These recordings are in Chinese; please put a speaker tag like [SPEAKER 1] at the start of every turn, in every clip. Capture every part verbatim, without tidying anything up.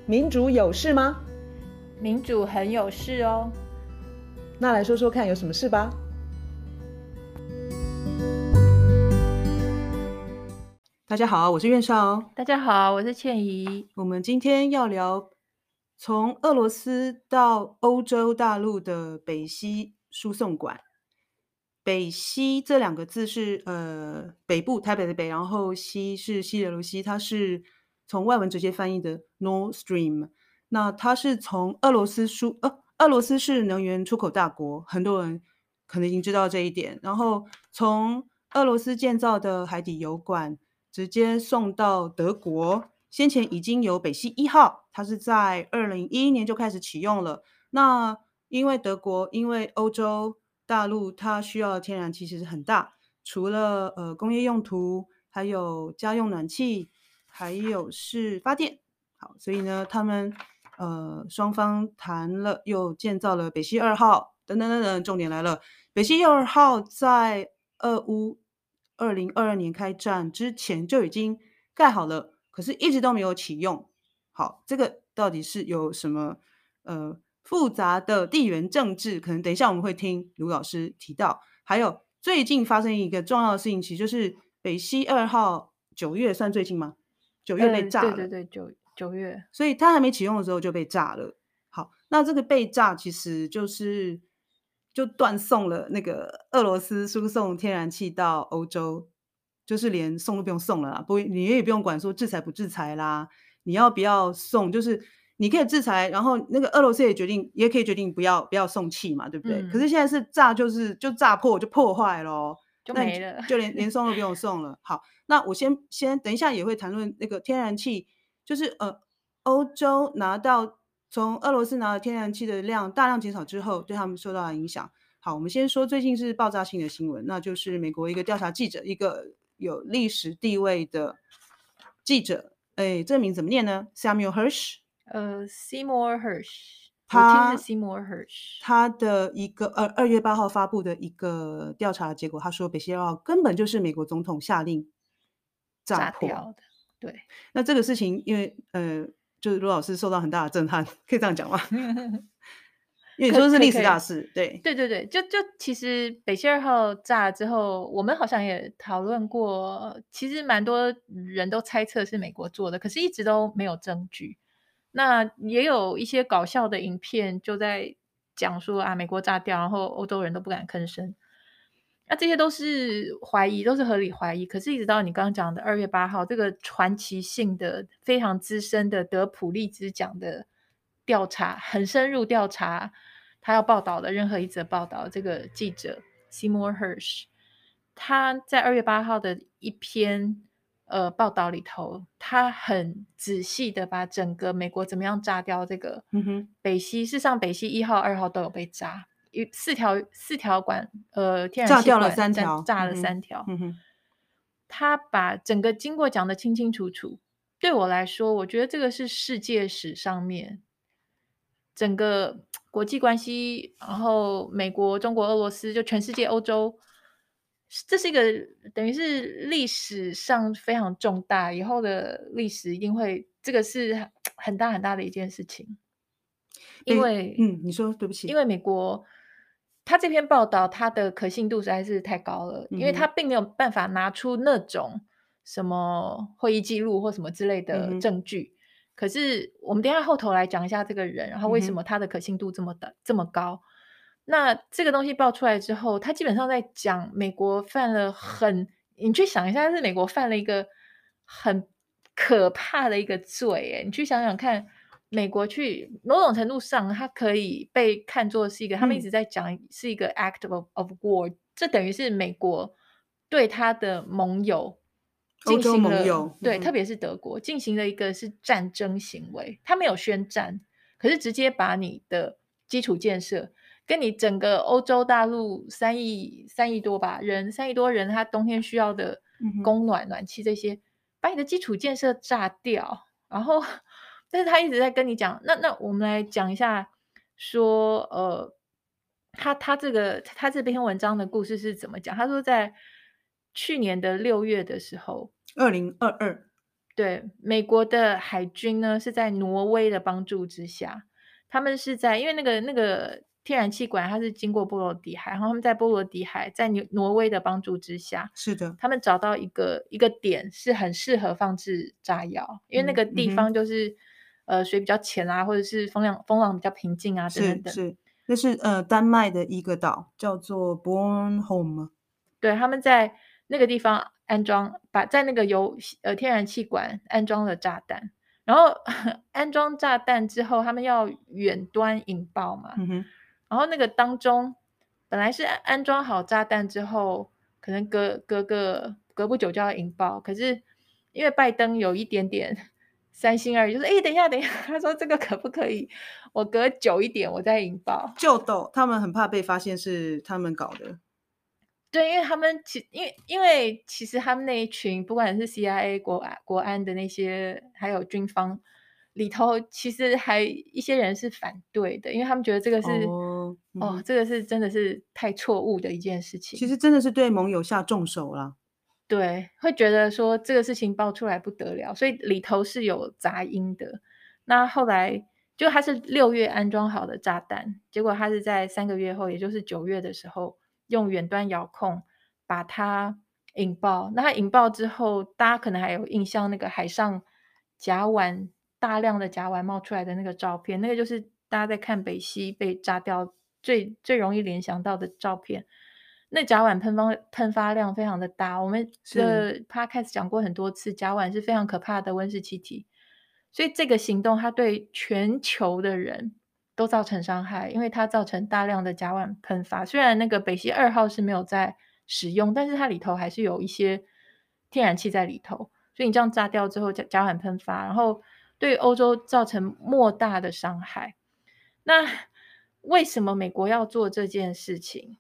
[SPEAKER 1] 民主有事吗？
[SPEAKER 2] 民主很有事哦。
[SPEAKER 1] 那来说说看有什么事吧。大家好，我是苑少。
[SPEAKER 2] 大家好，我是倩怡。
[SPEAKER 1] 我们今天要聊从俄罗斯到欧洲大陆的北溪输送管。北溪这两个字是呃北部台北的北，然后溪是西流的溪，它是从外文直接翻译的 Nord Stream。那它是从俄罗斯输呃俄罗斯是能源出口大国，很多人可能已经知道这一点。然后从俄罗斯建造的海底油管直接送到德国，先前已经有北溪一号，它是在二零一一年就开始启用了。那因为德国，因为欧洲大陆它需要的天然气其实很大，除了呃工业用途，还有家用暖气，还有是发电。好，所以呢，他们呃双方谈了，又建造了北溪二号，等等等等。重点来了，北溪二号在俄乌二零二二年开战之前就已经盖好了，可是一直都没有启用。好，这个到底是有什么呃复杂的地缘政治？可能等一下我们会听卢老师提到。还有最近发生一个重要的事情，其实就是北溪二号九月算最近吗？九月被炸了。
[SPEAKER 2] 呃、对对对，九九月，
[SPEAKER 1] 所以它还没启用的时候就被炸了。好，那这个被炸其实就是就断送了那个俄罗斯输送天然气到欧洲，就是连送都不用送了啦，不，你也不用管说制裁不制裁啦，你要不要送，就是你可以制裁，然后那个俄罗斯也决定，也可以决定不要不要送气嘛，对不对？
[SPEAKER 2] 嗯、
[SPEAKER 1] 可是现在是炸，就是就炸破就破坏咯，
[SPEAKER 2] 就没了，
[SPEAKER 1] 就连连送都不用送了。好，那我先先等一下也会谈论那个天然气，就是呃。欧洲拿到从俄罗斯拿的天然气的量大量减少之后，对他们受到的影响。好，我们先说最近是爆炸性的新闻，那就是美国一个调查记者，一个有历史地位的记者，哎，这个名怎么念呢 ？Samuel Hersh，
[SPEAKER 2] 呃 ，Seymour Hersh，
[SPEAKER 1] 他
[SPEAKER 2] 我听是 Seymour Hersh，
[SPEAKER 1] 他的一个呃二月八号发布的一个调查结果，他说北溪二号根本就是美国总统下令炸破
[SPEAKER 2] 掉的。对，
[SPEAKER 1] 那这个事情，因为呃。就是卢老师受到很大的震撼，可以这样讲吗？因为你说是历史大事，对
[SPEAKER 2] 对对对，就就其实北溪二号炸了之后，我们好像也讨论过，其实蛮多人都猜测是美国做的，可是一直都没有证据。那也有一些搞笑的影片就在讲说啊，美国炸掉，然后欧洲人都不敢吭声。那这些都是怀疑，都是合理怀疑。可是，一直到你刚刚讲的二月八号，这个传奇性的、非常资深的得普利兹奖的调查，很深入调查他要报道的任何一则报道，这个记者 Seymour Hersh， 他在二月八号的一篇呃报道里头，他很仔细的把整个美国怎么样炸掉这个北溪，事实上北溪一号、二号都有被炸。四条四条管呃天然气管
[SPEAKER 1] 炸掉了三条，
[SPEAKER 2] 炸了三条。
[SPEAKER 1] 嗯哼，
[SPEAKER 2] 他把整个经过讲得清清楚楚。对我来说，我觉得这个是世界史上面整个国际关系，然后美国、中国、俄罗斯，就全世界、欧洲，这是一个等于是历史上非常重大，以后的历史一定会，这个是很大很大的一件事情。因为
[SPEAKER 1] 嗯，你说对不起，
[SPEAKER 2] 因为美国他这篇报道他的可信度实在是太高了，
[SPEAKER 1] 嗯、
[SPEAKER 2] 因为他并没有办法拿出那种什么会议记录或什么之类的证据。嗯、可是我们等一下后头来讲一下这个人，然后为什么他的可信度这么的、嗯、这么高。那这个东西爆出来之后，他基本上在讲美国犯了很，你去想一下，是美国犯了一个很可怕的一个罪，你去想想看。美国去某种程度上，它可以被看作是一个，他们一直在讲是一个 act of of war，、嗯、这等于是美国对他的盟友进行了，
[SPEAKER 1] 欧洲盟友
[SPEAKER 2] 对，
[SPEAKER 1] 嗯、
[SPEAKER 2] 特别是德国进行了一个是战争行为，他没有宣战，可是直接把你的基础建设跟你整个欧洲大陆三亿三亿多吧人，三亿多人，他冬天需要的供暖、嗯、暖气这些，把你的基础建设炸掉，然后。但是他一直在跟你讲，那那我们来讲一下，说呃，他他这个他这篇文章的故事是怎么讲？他说在去年的六月的时候，
[SPEAKER 1] 二零二二，
[SPEAKER 2] 对，美国的海军呢是在挪威的帮助之下，他们是在因为那个那个天然气管它是经过波罗的海，然后他们在波罗的海，在挪挪威的帮助之下，
[SPEAKER 1] 是的，
[SPEAKER 2] 他们找到一个一个点是很适合放置炸药，因为那
[SPEAKER 1] 嗯
[SPEAKER 2] 个地
[SPEAKER 1] 嗯哼，
[SPEAKER 2] 方就是呃水比较浅啊，或者是风浪风浪比较平静啊，等等等。
[SPEAKER 1] 是是，那是呃丹麦的一个岛，叫做 Bornholm。
[SPEAKER 2] 对，他们在那个地方安装把在那个油呃，天然气管安装了炸弹，然后安装炸弹之后，他们要远端引爆嘛，
[SPEAKER 1] 嗯哼，
[SPEAKER 2] 然后那个当中本来是安安装好炸弹之后，可能隔隔个隔不久就要引爆，可是因为拜登有一点点三心二意，就说：“诶，等一下等一下。”他说：“这个可不可以我隔久一点我再引爆？”
[SPEAKER 1] 就斗，他们很怕被发现是他们搞的。
[SPEAKER 2] 对，因为他们其因为因为其实他们那一群，不管是 C I A 国安国安的那些，还有军方里头，其实还一些人是反对的，因为他们觉得这个是
[SPEAKER 1] 哦，嗯
[SPEAKER 2] 哦，
[SPEAKER 1] 哼，
[SPEAKER 2] 这个是真的是太错误的一件事情。
[SPEAKER 1] 其实真的是对盟友下重手啦。
[SPEAKER 2] 对，会觉得说这个事情爆出来不得了，所以里头是有杂音的。那后来就它是六月安装好的炸弹，结果它是在三个月后，也就是九月的时候，用远端遥控把它引爆。那它引爆之后，大家可能还有印象，那个海上甲烷大量的甲烷冒出来的那个照片，那个就是大家在看北溪被炸掉最最容易联想到的照片。那甲烷喷发喷发量非常的大，我们
[SPEAKER 1] 是，
[SPEAKER 2] 的 podcast 讲过很多次，甲烷是非常可怕的温室气体。所以这个行动它对全球的人都造成伤害，因为它造成大量的甲烷喷发。虽然那个北溪二号是没有在使用，但是它里头还是有一些天然气在里头，所以你这样炸掉之后，甲甲烷喷发，然后对欧洲造成莫大的伤害。那为什么美国要做这件事情？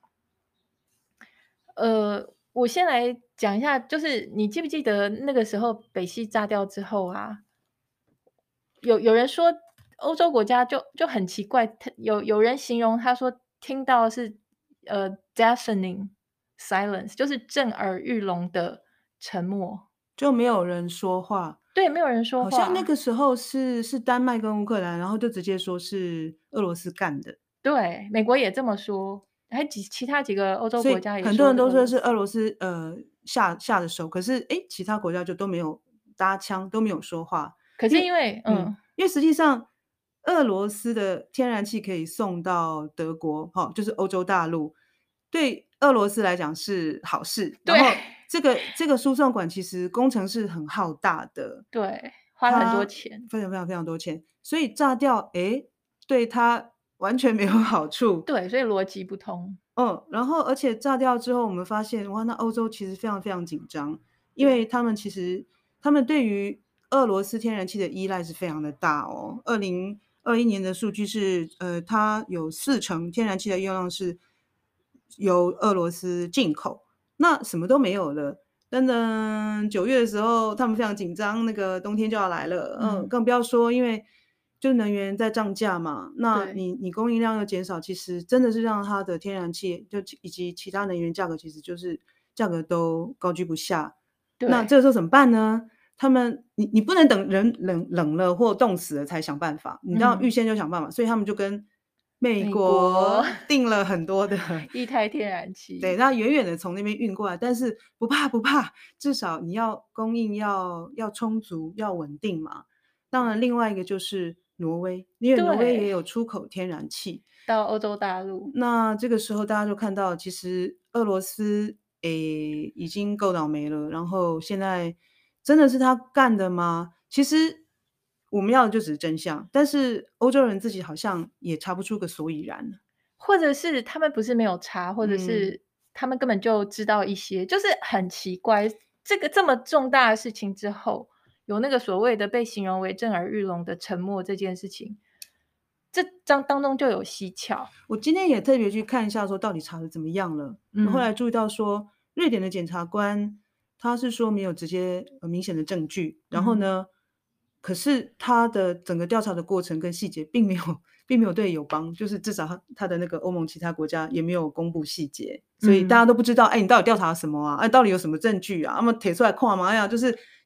[SPEAKER 2] 呃，我先来讲一下，就是你记不记得那个时候北溪炸掉之后啊，有有人说欧洲国家就就很奇怪，他有有人形容他说听到是呃 deafening silence，就是震耳欲聋的沉默，
[SPEAKER 1] 就没有人说话。
[SPEAKER 2] 对，没有人说
[SPEAKER 1] 好像那
[SPEAKER 2] 话，
[SPEAKER 1] 个时候是是丹麦跟乌克兰，然后就直接说是俄罗斯干的，
[SPEAKER 2] 对，美国也这么说，还几其他几个欧洲
[SPEAKER 1] 所以
[SPEAKER 2] 国家也
[SPEAKER 1] 很多人
[SPEAKER 2] 说是俄
[SPEAKER 1] 都说是俄
[SPEAKER 2] 罗斯。
[SPEAKER 1] 罗斯，呃，下下的手，可是，诶，其他国家就都没有搭腔，都没有说话。
[SPEAKER 2] 可是因
[SPEAKER 1] 因为嗯，
[SPEAKER 2] 为嗯，
[SPEAKER 1] 因为实际上俄罗斯的天然气可以送到德国，哈，就是欧洲大陆，对俄罗斯来讲是好事。然
[SPEAKER 2] 对
[SPEAKER 1] 后这个这个输送管其实工程是很浩大的，
[SPEAKER 2] 对，花了很多
[SPEAKER 1] 它
[SPEAKER 2] 钱。
[SPEAKER 1] 非常非常非常多钱，所以炸掉，诶，对它完全没有好处。
[SPEAKER 2] 对，所以逻辑不通。
[SPEAKER 1] 嗯，然后而且炸掉之后，我们发现，哇，那欧洲其实非常非常紧张，因为
[SPEAKER 2] 对，
[SPEAKER 1] 他们其实他们对于俄罗斯天然气的依赖是非常的大哦。二零二一年的数据是，呃，它有四成天然气的用量是由俄罗斯进口，那什么都没有了。噔噔，九月的时候，他们非常紧张，那个冬天就要来了，嗯，
[SPEAKER 2] 嗯，
[SPEAKER 1] 更不要说，因为就能源在涨价嘛，那
[SPEAKER 2] 对，
[SPEAKER 1] 你你供应量又减少，其实真的是让它的天然气就其以及其他能源价格，其实就是价格都高居不下。那
[SPEAKER 2] 对，
[SPEAKER 1] 这个时候怎么办呢？他们你你不能等人冷冷了或冻死了才想办法，你要预
[SPEAKER 2] 嗯，
[SPEAKER 1] 先就想办法，所以他们就跟美
[SPEAKER 2] 美国
[SPEAKER 1] 国订了很多的
[SPEAKER 2] 液态天然
[SPEAKER 1] 对，
[SPEAKER 2] 气，
[SPEAKER 1] 那远远的从那边运过来，但是不怕不怕，至少你要供应要要充足、要稳定嘛。当然另外一个就是挪威，因为挪威也
[SPEAKER 2] 对，
[SPEAKER 1] 有出口天然气。
[SPEAKER 2] 到欧洲大陆，
[SPEAKER 1] 那这个时候大家就看到，其实俄罗斯，诶，已经够倒霉了，然后现在真的是他干的吗？其实我们要的就只是真相，但是欧洲人自己好像也查不出个所以然。
[SPEAKER 2] 或者是他们不是没有查，或者
[SPEAKER 1] 嗯。
[SPEAKER 2] 是他们根本就知道一些，就是很奇怪，这个这么重大的事情之后，有那个所谓的被形容为震耳欲聋的沉默这件事情，这当当中就有蹊跷。
[SPEAKER 1] 我今天也特别去看一下说到底查的怎么样了，后
[SPEAKER 2] 嗯，
[SPEAKER 1] 来注意到说，瑞典的检察官他是说没有直接呃明显的证据，然后
[SPEAKER 2] 嗯，
[SPEAKER 1] 呢，可是他的整个调查的过程跟细节并没有并没有对友邦，就是至少他他的那个欧盟其他国家也没有公布细节，所以大家
[SPEAKER 2] 嗯，
[SPEAKER 1] 都不知道，哎，你到底调查了什么啊？哎，到底有什么证据啊？那么提出来看嘛？哎呀，就是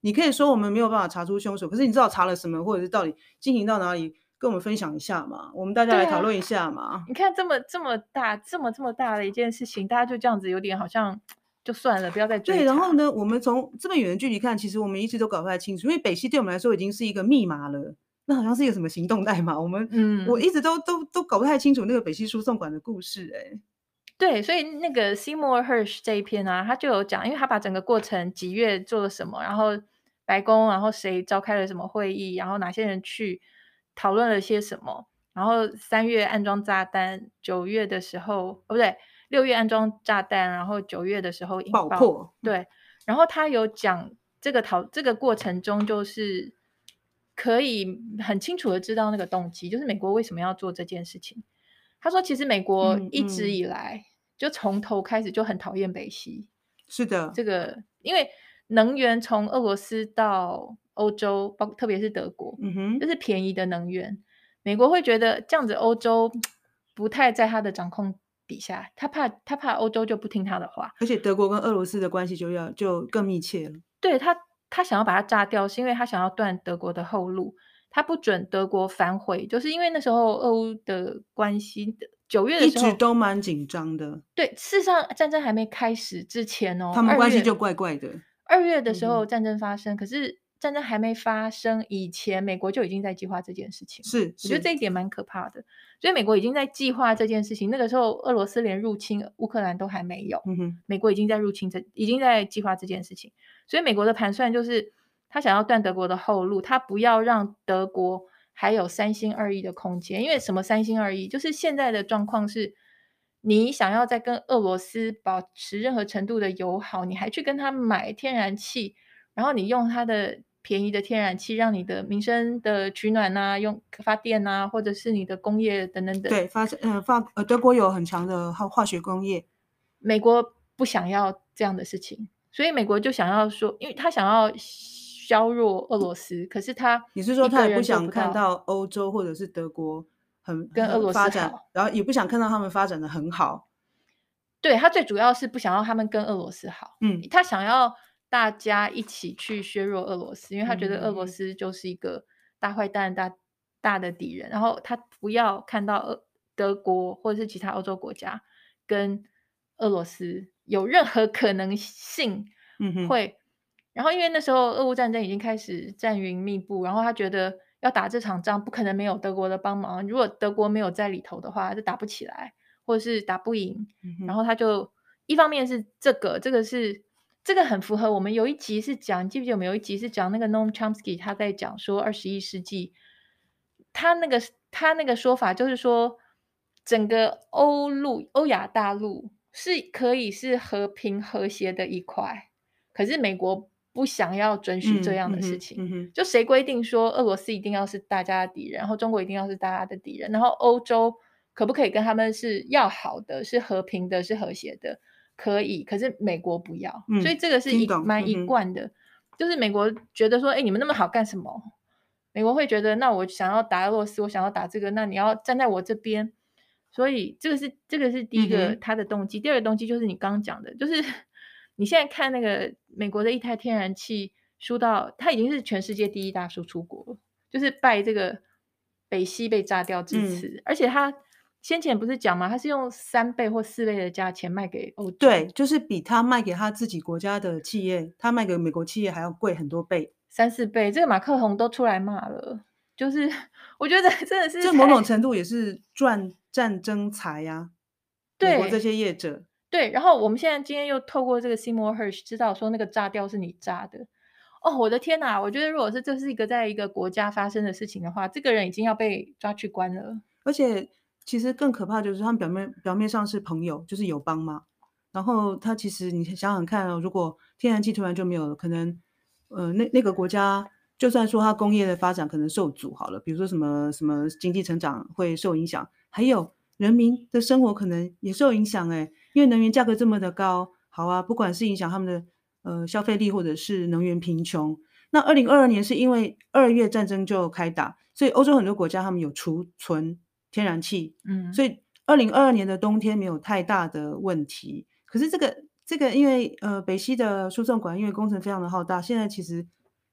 [SPEAKER 1] 你可以说我们没有办法查出凶手，可是你知道查了什么，或者是到底进行到哪里，跟我们分享一下嘛，我们大家来讨论一下嘛。
[SPEAKER 2] 你看这么这么大这么这么大的一件事情，大家就这样子有点好像就算了，不要再追查。
[SPEAKER 1] 对，然后呢，我们从这么远的距离看，其实我们一直都搞不太清楚，因为北溪对我们来说已经是一个密码了，那好像是一个什么行动代码，我们
[SPEAKER 2] 嗯，
[SPEAKER 1] 我一直都都都搞不太清楚那个北溪输送管的故事、欸，
[SPEAKER 2] 对，所以那个 Seymour Hersh 这一篇啊，他就有讲，因为他把整个过程几月做了什么，然后白宫，然后谁召开了什么会议，然后哪些人去讨论了些什么，然后三月安装炸弹，九月的时候，哦不对，六月安装炸弹，然后九月的时候引爆，
[SPEAKER 1] 爆破，
[SPEAKER 2] 对，然后他有讲这个讨这个过程中，就是可以很清楚的知道那个动机，就是美国为什么要做这件事情。他说，其实美国
[SPEAKER 1] 嗯
[SPEAKER 2] 一直
[SPEAKER 1] 嗯，
[SPEAKER 2] 以来。就从头开始就很讨厌北溪，
[SPEAKER 1] 是的，
[SPEAKER 2] 这个因为能源从俄罗斯到欧洲，包特别是德国，
[SPEAKER 1] 嗯哼，
[SPEAKER 2] 就是便宜的能源，美国会觉得这样子欧洲不太在他的掌控底下，他怕他怕欧洲就不听他的话，
[SPEAKER 1] 而且德国跟俄罗斯的关系就要就更密切了。
[SPEAKER 2] 对他他想要把它炸掉，是因为他想要断德国的后路，他不准德国反悔，就是因为那时候俄乌的关系，九月的
[SPEAKER 1] 一直
[SPEAKER 2] 时候，
[SPEAKER 1] 都蛮紧张的，
[SPEAKER 2] 对，事实上战争还没开始之前哦，
[SPEAKER 1] 他们
[SPEAKER 2] 二月
[SPEAKER 1] 关系就怪怪的。
[SPEAKER 2] 二月的时
[SPEAKER 1] 嗯哼，
[SPEAKER 2] 候战争发生，可是战争还没发生以前，美国就已经在计划这件事情了。
[SPEAKER 1] 是是，
[SPEAKER 2] 我觉得这一点蛮可怕的，所以美国已经在计划这件事情。那个时候，俄罗斯连入侵乌克兰都还没有，
[SPEAKER 1] 嗯哼，
[SPEAKER 2] 美国已经在入侵这，已经在计划这件事情。所以美国的盘算就是，他想要断德国的后路，他不要让德国还有三心二意的空间。因为什么三心二意？就是现在的状况是，你想要再跟俄罗斯保持任何程度的友好，你还去跟他买天然气，然后你用它的便宜的天然气，让你的民生的取暖啊，用发电啊，或者是你的工业等等等。
[SPEAKER 1] 对，发呃法呃德国有很强的化化学工业，
[SPEAKER 2] 美国不想要这样的事情，所以美国就想要说，因为他想要削弱俄罗斯，可是他
[SPEAKER 1] 你是说
[SPEAKER 2] 一个
[SPEAKER 1] 他也不
[SPEAKER 2] 人做不到
[SPEAKER 1] 想看到欧洲或者是德国很
[SPEAKER 2] 跟俄罗
[SPEAKER 1] 很发展，
[SPEAKER 2] 斯好。
[SPEAKER 1] 然后也不想看到他们发展的很好。
[SPEAKER 2] 对，他最主要是不想要他们跟俄罗斯好，
[SPEAKER 1] 嗯
[SPEAKER 2] 他想要大家一起去削弱俄罗斯，因为他觉得俄罗
[SPEAKER 1] 嗯嗯
[SPEAKER 2] 斯就是一个大坏蛋、大大的敌人，然后他不要看到俄德国或者是其他欧洲国家跟俄罗斯有任何可能性
[SPEAKER 1] 嗯哼，
[SPEAKER 2] 会，然后因为那时候俄乌战争已经开始战云密布，然后他觉得要打这场仗不可能没有德国的帮忙，如果德国没有在里头的话，就打不起来。或者是打不赢，
[SPEAKER 1] 嗯哼，
[SPEAKER 2] 然后他就一方面是这个，这个是这个很符合我们有一集是讲，你记不记得我们有一集是讲那个 Noam Chomsky 他在讲说二十一世纪，他那个他那个说法就是说，整个欧陆欧亚大陆是可以是和平和谐的一块，可是美国不想要准许这样
[SPEAKER 1] 嗯嗯哼
[SPEAKER 2] 的事情。
[SPEAKER 1] 嗯哼，
[SPEAKER 2] 就谁规定说俄罗斯一定要是大家的敌人，然后中国一定要是大家的敌人，然后欧洲可不可以跟他们是要好的、是和平的、是和谐的？可以，可是美国不要，所以
[SPEAKER 1] 嗯，
[SPEAKER 2] 这个是
[SPEAKER 1] 听懂，
[SPEAKER 2] 一蛮一
[SPEAKER 1] 嗯哼，
[SPEAKER 2] 贯的，就是美国觉得说，哎，你们那么好干什么？美国会觉得，那我想要打俄罗斯，我想要打这个，那你要站在我这边。所以这个是这个是第一个
[SPEAKER 1] 嗯哼，
[SPEAKER 2] 他的动机，第二个动机就是你刚刚讲的，就是你现在看那个美国的一台天然气输到，它已经是全世界第一大输出国了，就是拜这个北溪被炸掉之
[SPEAKER 1] 嗯，
[SPEAKER 2] 赐，而且它先前不是讲吗？它是用三倍或四倍的价钱卖给欧洲，
[SPEAKER 1] 对，就是比他卖给他自己国家的企业，他卖给美国企业还要贵很多倍。
[SPEAKER 2] 三四倍，这个马克宏都出来骂了，就是我觉得真的是
[SPEAKER 1] 这某种
[SPEAKER 2] 太
[SPEAKER 1] 程度也是赚战争财呀，美国这
[SPEAKER 2] 对。
[SPEAKER 1] 些业者。
[SPEAKER 2] 对，然后我们现在今天又透过这个 Seymour Hersh 知道说那个炸掉是你炸的。哦，我的天哪！我觉得如果是这是一个在一个国家发生的事情的话，这个人已经要被抓去关了。
[SPEAKER 1] 而且其实更可怕就是他们表面表面上是朋友，就是友邦嘛。然后他其实你想想看哦，如果天然气突然就没有了，可能呃那那个国家就算说它工业的发展可能受阻好了，比如说什么什么经济成长会受影响，还有人民的生活可能也受影响哎，因为能源价格这么的高，好啊，不管是影响他们的呃消费力或者是能源贫穷。那二零二二年是因为二月战争就开打，所以欧洲很多国家他们有储存天然气，
[SPEAKER 2] 嗯，
[SPEAKER 1] 所以二零二二年的冬天没有太大的问题。可是这个这个因为呃北溪的输送管因为工程非常的浩大，现在其实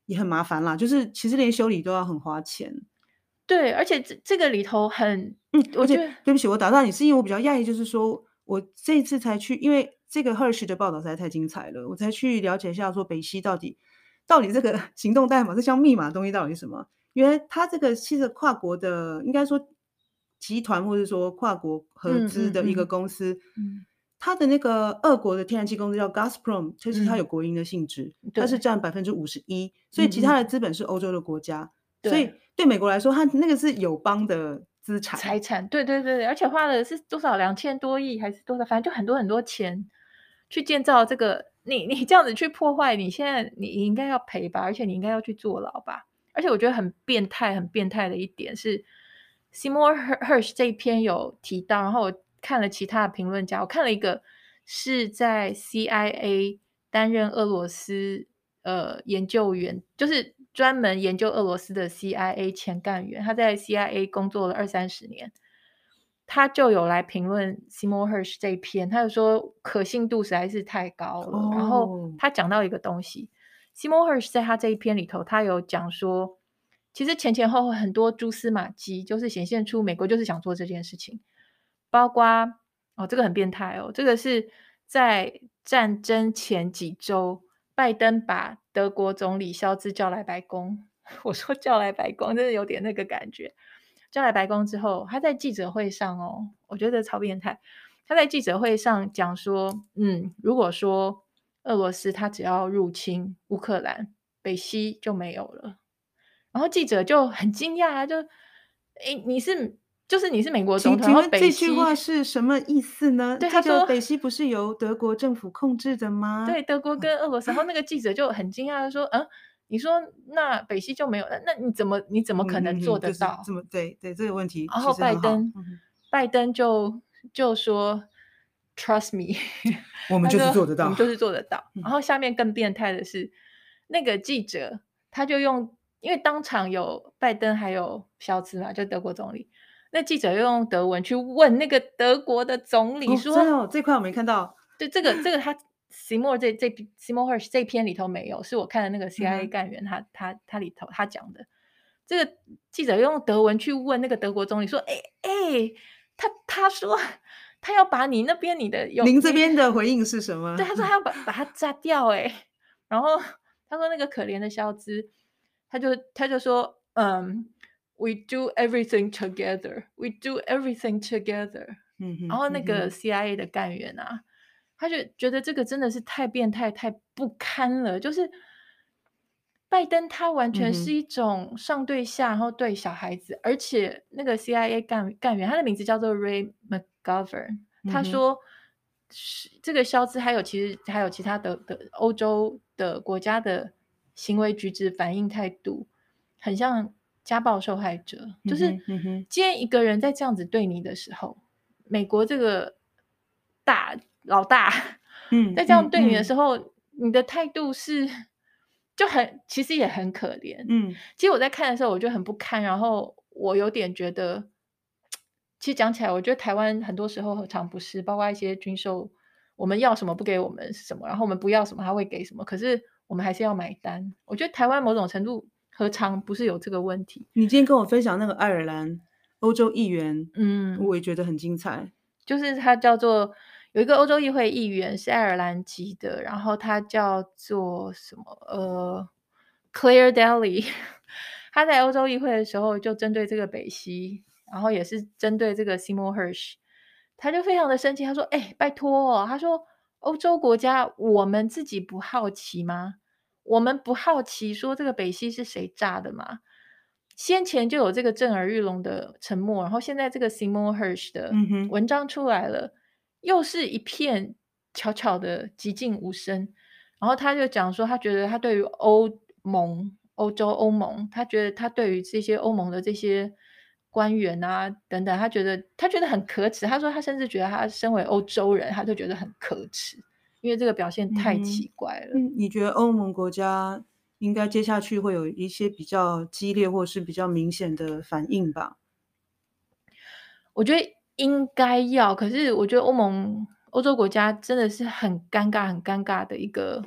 [SPEAKER 1] 也很麻烦啦，就是其实连修理都要很花钱。
[SPEAKER 2] 对，而且这这个里头很
[SPEAKER 1] 嗯，而且
[SPEAKER 2] 我觉得
[SPEAKER 1] 对不起，我打断你，是因为我比较讶异，就是说我这一次才去，因为这个 Hershey 的报道实在太精彩了，我才去了解一下说北溪到底到底这个行动代码这像密码的东西到底是什么？原来它这个其实跨国的，应该说集团或者说跨国合
[SPEAKER 2] 嗯
[SPEAKER 1] 资的一个
[SPEAKER 2] 嗯嗯
[SPEAKER 1] 公司，
[SPEAKER 2] 嗯
[SPEAKER 1] 它的那个俄国的天然气公司叫 Gazprom，其实它有
[SPEAKER 2] 嗯，
[SPEAKER 1] 国营的性质，它是
[SPEAKER 2] 对，
[SPEAKER 1] 占百分之五十一，所以其他的
[SPEAKER 2] 嗯嗯，
[SPEAKER 1] 资本是欧洲的国家，所
[SPEAKER 2] 对。
[SPEAKER 1] 以对美国来说，它那个是友邦的资产。
[SPEAKER 2] 财产，对对对，而且花了是多少两千多亿还是多少，反正就很多很多钱去建造这个你你这样子去破坏，你现在你你应该要赔吧，而且你应该要去坐牢吧。而且我觉得很变态很变态的一点是 Seymour Her Hersh 这一篇有提到，然后我看了其他的评论家，我看了一个是在 C I A 担任俄罗斯，呃，研究员，就是专门研究俄罗斯的 C I A 前干员，他在 C I A 工作了二三十年。他就有来评论 Seymour Hersh 这一篇，他就说可信度实在是太高了。然后
[SPEAKER 1] 哦，
[SPEAKER 2] 他讲到一个东西，Seymour Hersh 在他这一篇里头，他有讲说，其实前前后后很多蛛丝马迹，就是显现出美国就是想做这件事情，包括哦，这个很变态哦，这个是在战争前几周，拜登把德国总理肖兹叫来白宫，我说叫来白宫，真的有点那个感觉。叫来白宫之后，他在记者会上哦，我觉得超变态。他在记者会上讲说，嗯，如果说俄罗斯他只要入侵乌克兰，北溪就没有了。然后记者就很惊讶啊，就，诶，你是就是你是美国总统，然后
[SPEAKER 1] 请请问
[SPEAKER 2] 北溪
[SPEAKER 1] 这句话是什么意思呢？
[SPEAKER 2] 对，他说
[SPEAKER 1] 这个北溪不是由德国政府控制的吗？
[SPEAKER 2] 对，德国跟俄罗斯，然后那个记者就很惊讶地说：“嗯，你说那北溪就没有了，那你怎么你怎么可能做
[SPEAKER 1] 嗯嗯嗯，就是这
[SPEAKER 2] 得到？”
[SPEAKER 1] 么对对，这个问题
[SPEAKER 2] 然后
[SPEAKER 1] 其实很好，
[SPEAKER 2] 拜登
[SPEAKER 1] 嗯哼，
[SPEAKER 2] 拜登就就说：“Trust me。”
[SPEAKER 1] 我们
[SPEAKER 2] 他说：
[SPEAKER 1] 就是做得到，
[SPEAKER 2] “我们就是做得到。”然
[SPEAKER 1] 嗯，
[SPEAKER 2] 后下面更变态的是，那个记者他就用因为当场有拜登还有肖兹嘛，就德国总理，那记者又用德文去问那个德国的总理
[SPEAKER 1] 哦，真的
[SPEAKER 2] 说
[SPEAKER 1] 哦，这块我没看到，
[SPEAKER 2] 对，这个这个他 Seymour 这这 Seymour Hersh 这篇里头没有，是我看的那个
[SPEAKER 1] 嗯
[SPEAKER 2] C I A
[SPEAKER 1] 哼，
[SPEAKER 2] 干员他他他里头他讲的。这个记者用德文去问那个德国总理说：“哎哎，他他说他要把你那边你的有
[SPEAKER 1] 您这
[SPEAKER 2] 你”
[SPEAKER 1] 边的回应是什
[SPEAKER 2] 对，
[SPEAKER 1] 么？
[SPEAKER 2] 他说他要把把它炸掉哎。然后他说那个可怜的肖兹，他就他就说：“嗯，We do everything together, we do everything together。”
[SPEAKER 1] 嗯哼，
[SPEAKER 2] 然后那个
[SPEAKER 1] 嗯哼，
[SPEAKER 2] C I A 的干员啊，他就觉得这个真的是太变态、太不堪了。就是拜登他完全是
[SPEAKER 1] 嗯哼，
[SPEAKER 2] 一种上对下，然后对小孩子，而且那个 C I A 干干员，他的名字叫做 Ray McGovern，
[SPEAKER 1] 嗯哼，
[SPEAKER 2] 他说是这个肖兹还有其实还有其他的的欧洲的国家的行为举止反应态度，很像家暴受害者。就是
[SPEAKER 1] 嗯哼，嗯哼，
[SPEAKER 2] 今天一个人在这样子对你的时候，美国这个大老大
[SPEAKER 1] 嗯
[SPEAKER 2] 在这样对你的
[SPEAKER 1] 嗯嗯
[SPEAKER 2] 时候，你的态度是就很其实也很可怜。
[SPEAKER 1] 嗯，
[SPEAKER 2] 其实我在看的时候我就很不堪，然后我有点觉得，其实讲起来，我觉得台湾很多时候何尝不是，包括一些军售，我们要什么不给我们什么，然后我们不要什么他会给什么，可是我们还是要买单。我觉得台湾某种程度何尝不是有这个问题？
[SPEAKER 1] 你今天跟我分享那个爱尔兰欧洲议员，
[SPEAKER 2] 嗯。
[SPEAKER 1] 我也觉得很精彩，
[SPEAKER 2] 就是他叫做有一个欧洲议会议员是爱尔兰籍的，然后他叫做什么呃，Claire Daly。他在欧洲议会的时候就针对这个北溪，然后也是针对这个 Seymour Hersh，他就非常的生气，他说：“哎，拜托哦，他说欧洲国家我们自己不好奇吗？我们不好奇说这个北溪是谁炸的吗？先前就有这个震耳欲聋的沉默，然后现在这个 Seymour Hersh 的
[SPEAKER 1] 嗯哼，
[SPEAKER 2] 文章出来了，又是一片悄悄的寂静无声。然后他就讲说，他觉得他对于欧盟、欧洲、欧盟，他觉得他对于这些欧盟的这些官员啊等等，他觉得他觉得很可耻。他说他甚至觉得他身为欧洲人，他就觉得很可耻，因为这个表现太
[SPEAKER 1] 嗯哼。
[SPEAKER 2] 奇怪了。
[SPEAKER 1] 嗯，你觉得欧盟国家应该接下去会有一些比较激烈或是比较明显的反应吧？
[SPEAKER 2] 我觉得应该要，可是我觉得欧盟欧洲国家真的是很尴尬、很尴尬的一个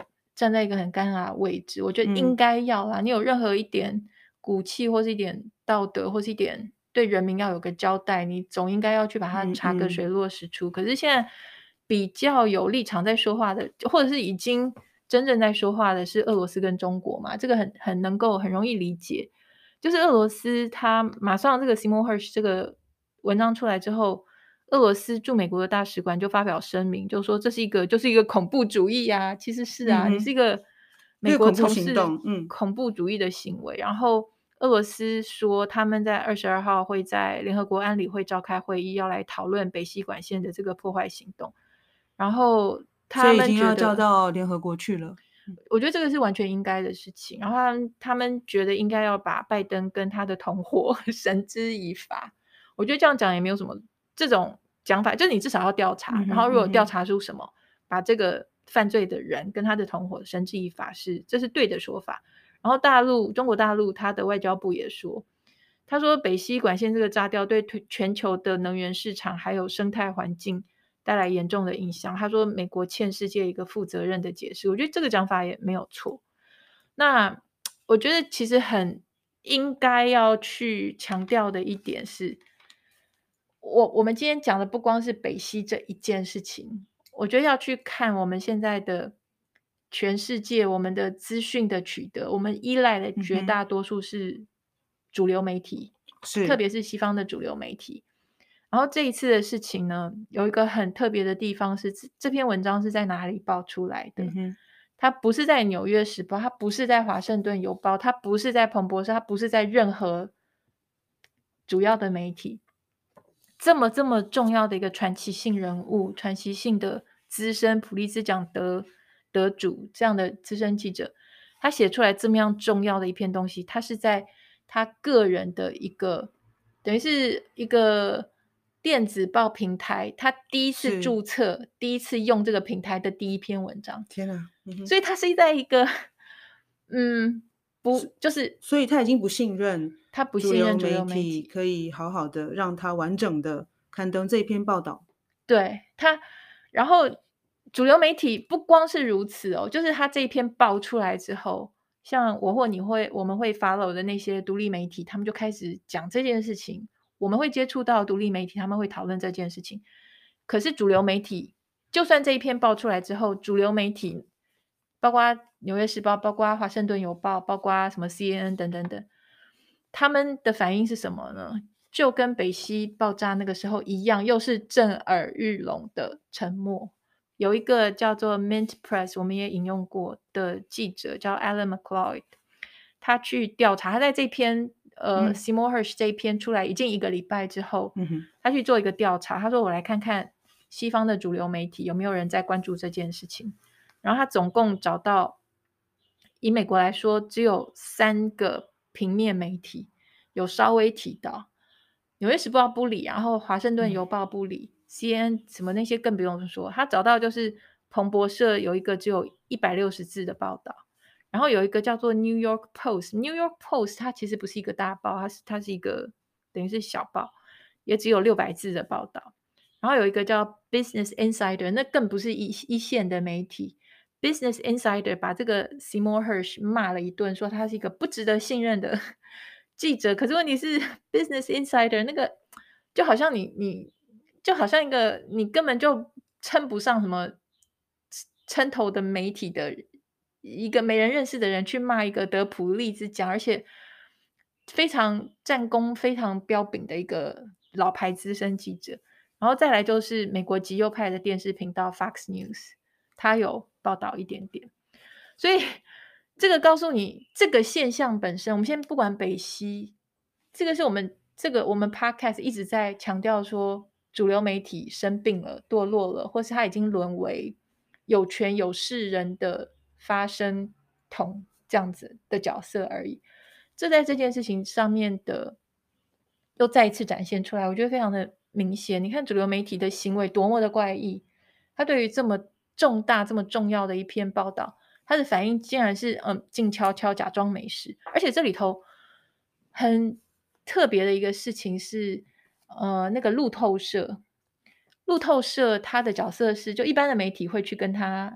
[SPEAKER 2] 站在一个很尴尬的位置，我觉得应
[SPEAKER 1] 嗯。
[SPEAKER 2] 该要啦，你有任何一点骨气或是一点道德，或是一点对人民要有个交代，你总应该要去把它
[SPEAKER 1] 嗯嗯。
[SPEAKER 2] 查个水落石出。可是现在比较有立场在说话的，或者是已经真正在说话的是俄罗斯跟中国嘛，这个很很能够很容易理解。就是俄罗斯它马上这个 Seymour Hersh 这个文章出来之后，俄罗斯驻美国的大使馆就发表声明，就说这是一个就是一个恐怖主义啊，其实是啊，你是
[SPEAKER 1] 嗯哼。
[SPEAKER 2] 一个美国
[SPEAKER 1] 这个恐怖
[SPEAKER 2] 从事
[SPEAKER 1] 行动，嗯。
[SPEAKER 2] 恐怖主义的行为。然后俄罗斯说他们在二十二号会在联合国安理会召开会议，要来讨论北溪管线的这个破坏行动。然后他
[SPEAKER 1] 所以已
[SPEAKER 2] 们觉得
[SPEAKER 1] 经要叫到联合国去了。嗯。
[SPEAKER 2] 我觉得这个是完全应该的事情，然后他们他们觉得应该要把拜登跟他的同伙绳之以法。我觉得这样讲也没有什么，这种讲法就是你至少要调查，
[SPEAKER 1] 嗯
[SPEAKER 2] 然后
[SPEAKER 1] 哼嗯哼。
[SPEAKER 2] 如果调查出什么，把这个犯罪的人跟他的同伙绳之以法是这是对的说法。然后大陆中国大陆他的外交部也说，他说北溪管线这个炸掉对全球的能源市场还有生态环境带来严重的影响。他说美国欠世界一个负责任的解释，我觉得这个讲法也没有错。那我觉得其实很应该要去强调的一点是，我我们今天讲的不光是北溪这一件事情，我觉得要去看我们现在的全世界，我们的资讯的取得，我们依赖的
[SPEAKER 1] 嗯哼。
[SPEAKER 2] 绝大多数是主流媒体，特
[SPEAKER 1] 是。
[SPEAKER 2] 别是西方的主流媒体。然后这一次的事情呢，有一个很特别的地方是，这这篇文章是在哪里爆出来的？
[SPEAKER 1] 嗯哼。
[SPEAKER 2] 它不是在《纽约时报》，它不是在《华盛顿邮报》，它不是在彭博社，它不是在任何主要的媒体。这么这么重要的一个传奇性人物，传奇性的资深普利兹奖得得主，这样的资深记者，他写出来这么样重要的一篇东西，他是在他个人的一个等于是一个电子报平台，他第一次
[SPEAKER 1] 是。
[SPEAKER 2] 注册，第一次用这个平台的第一篇文章。
[SPEAKER 1] 天啊。嗯哼。
[SPEAKER 2] 所以他是在一个嗯，
[SPEAKER 1] 所
[SPEAKER 2] 不就是
[SPEAKER 1] 所以他已经不信任
[SPEAKER 2] 他不
[SPEAKER 1] 主流
[SPEAKER 2] 信任主
[SPEAKER 1] 媒体
[SPEAKER 2] 流媒体。
[SPEAKER 1] 可以好好的让他完整的刊登这篇报道。
[SPEAKER 2] 对，他然后主流媒体不光是如此哦，就是他这一篇爆出来之后，像我或你会我们会 follow 的那些独立媒体，他们就开始讲这件事情。我们会接触到独立媒体，他们会讨论这件事情。可是主流媒体，就算这一篇爆出来之后，主流媒体包括纽约时报，包括华盛顿邮报，包括什么 C N N 等等等，他们的反应是什么呢？就跟北溪爆炸那个时候一样，又是震耳欲聋的沉默。有一个叫做 Mint Press， 我们也引用过的记者叫 Alan McLeod， 他去调查，他在这篇呃
[SPEAKER 1] 嗯。
[SPEAKER 2] Seymour Hersh 这一篇出来已经一个礼拜之后，
[SPEAKER 1] 嗯哼。
[SPEAKER 2] 他去做一个调查，他说我来看看西方的主流媒体有没有人在关注这件事情。然后他总共找到，以美国来说，只有三个平面媒体有稍微提到，纽约时报不理，然后华盛顿邮报不理， C N N 什么那些更不用说。他找到就是彭博社有一个只有一百六十字的报道，然后有一个叫做 New York Post，New York Post 它其实不是一个大报，它是它是一个等于是小报，也只有六百字的报道。然后有一个叫 Business Insider， 那更不是一一线的媒体。Business Insider 把这个 Seymour Hersh 骂了一顿，说他是一个不值得信任的记者。可是问题是 Business Insider 那个就好像你你就好像一个你根本就称不上什么称头的媒体的一个没人认识的人去骂一个得普利兹奖，而且非常战功非常彪炳的一个老牌资深记者。然后再来就是美国极右派的电视频道 Fox News， 他有报道一点点。所以这个告诉你这个现象本身，我们先不管北溪，这个是我们这个我们 podcast 一直在强调说，主流媒体生病了、堕落了，或是他已经沦为有权有势人的发声筒这样子的角色而已。这在这件事情上面的又再一次展现出来，我觉得非常的明显。你看主流媒体的行为多么的怪异，他对于这么重大、这么重要的一篇报道，他的反应竟然是嗯静悄悄，假装没事。而且这里头很特别的一个事情是，呃，那个路透社，路透社他的角色是，就一般的媒体会去跟他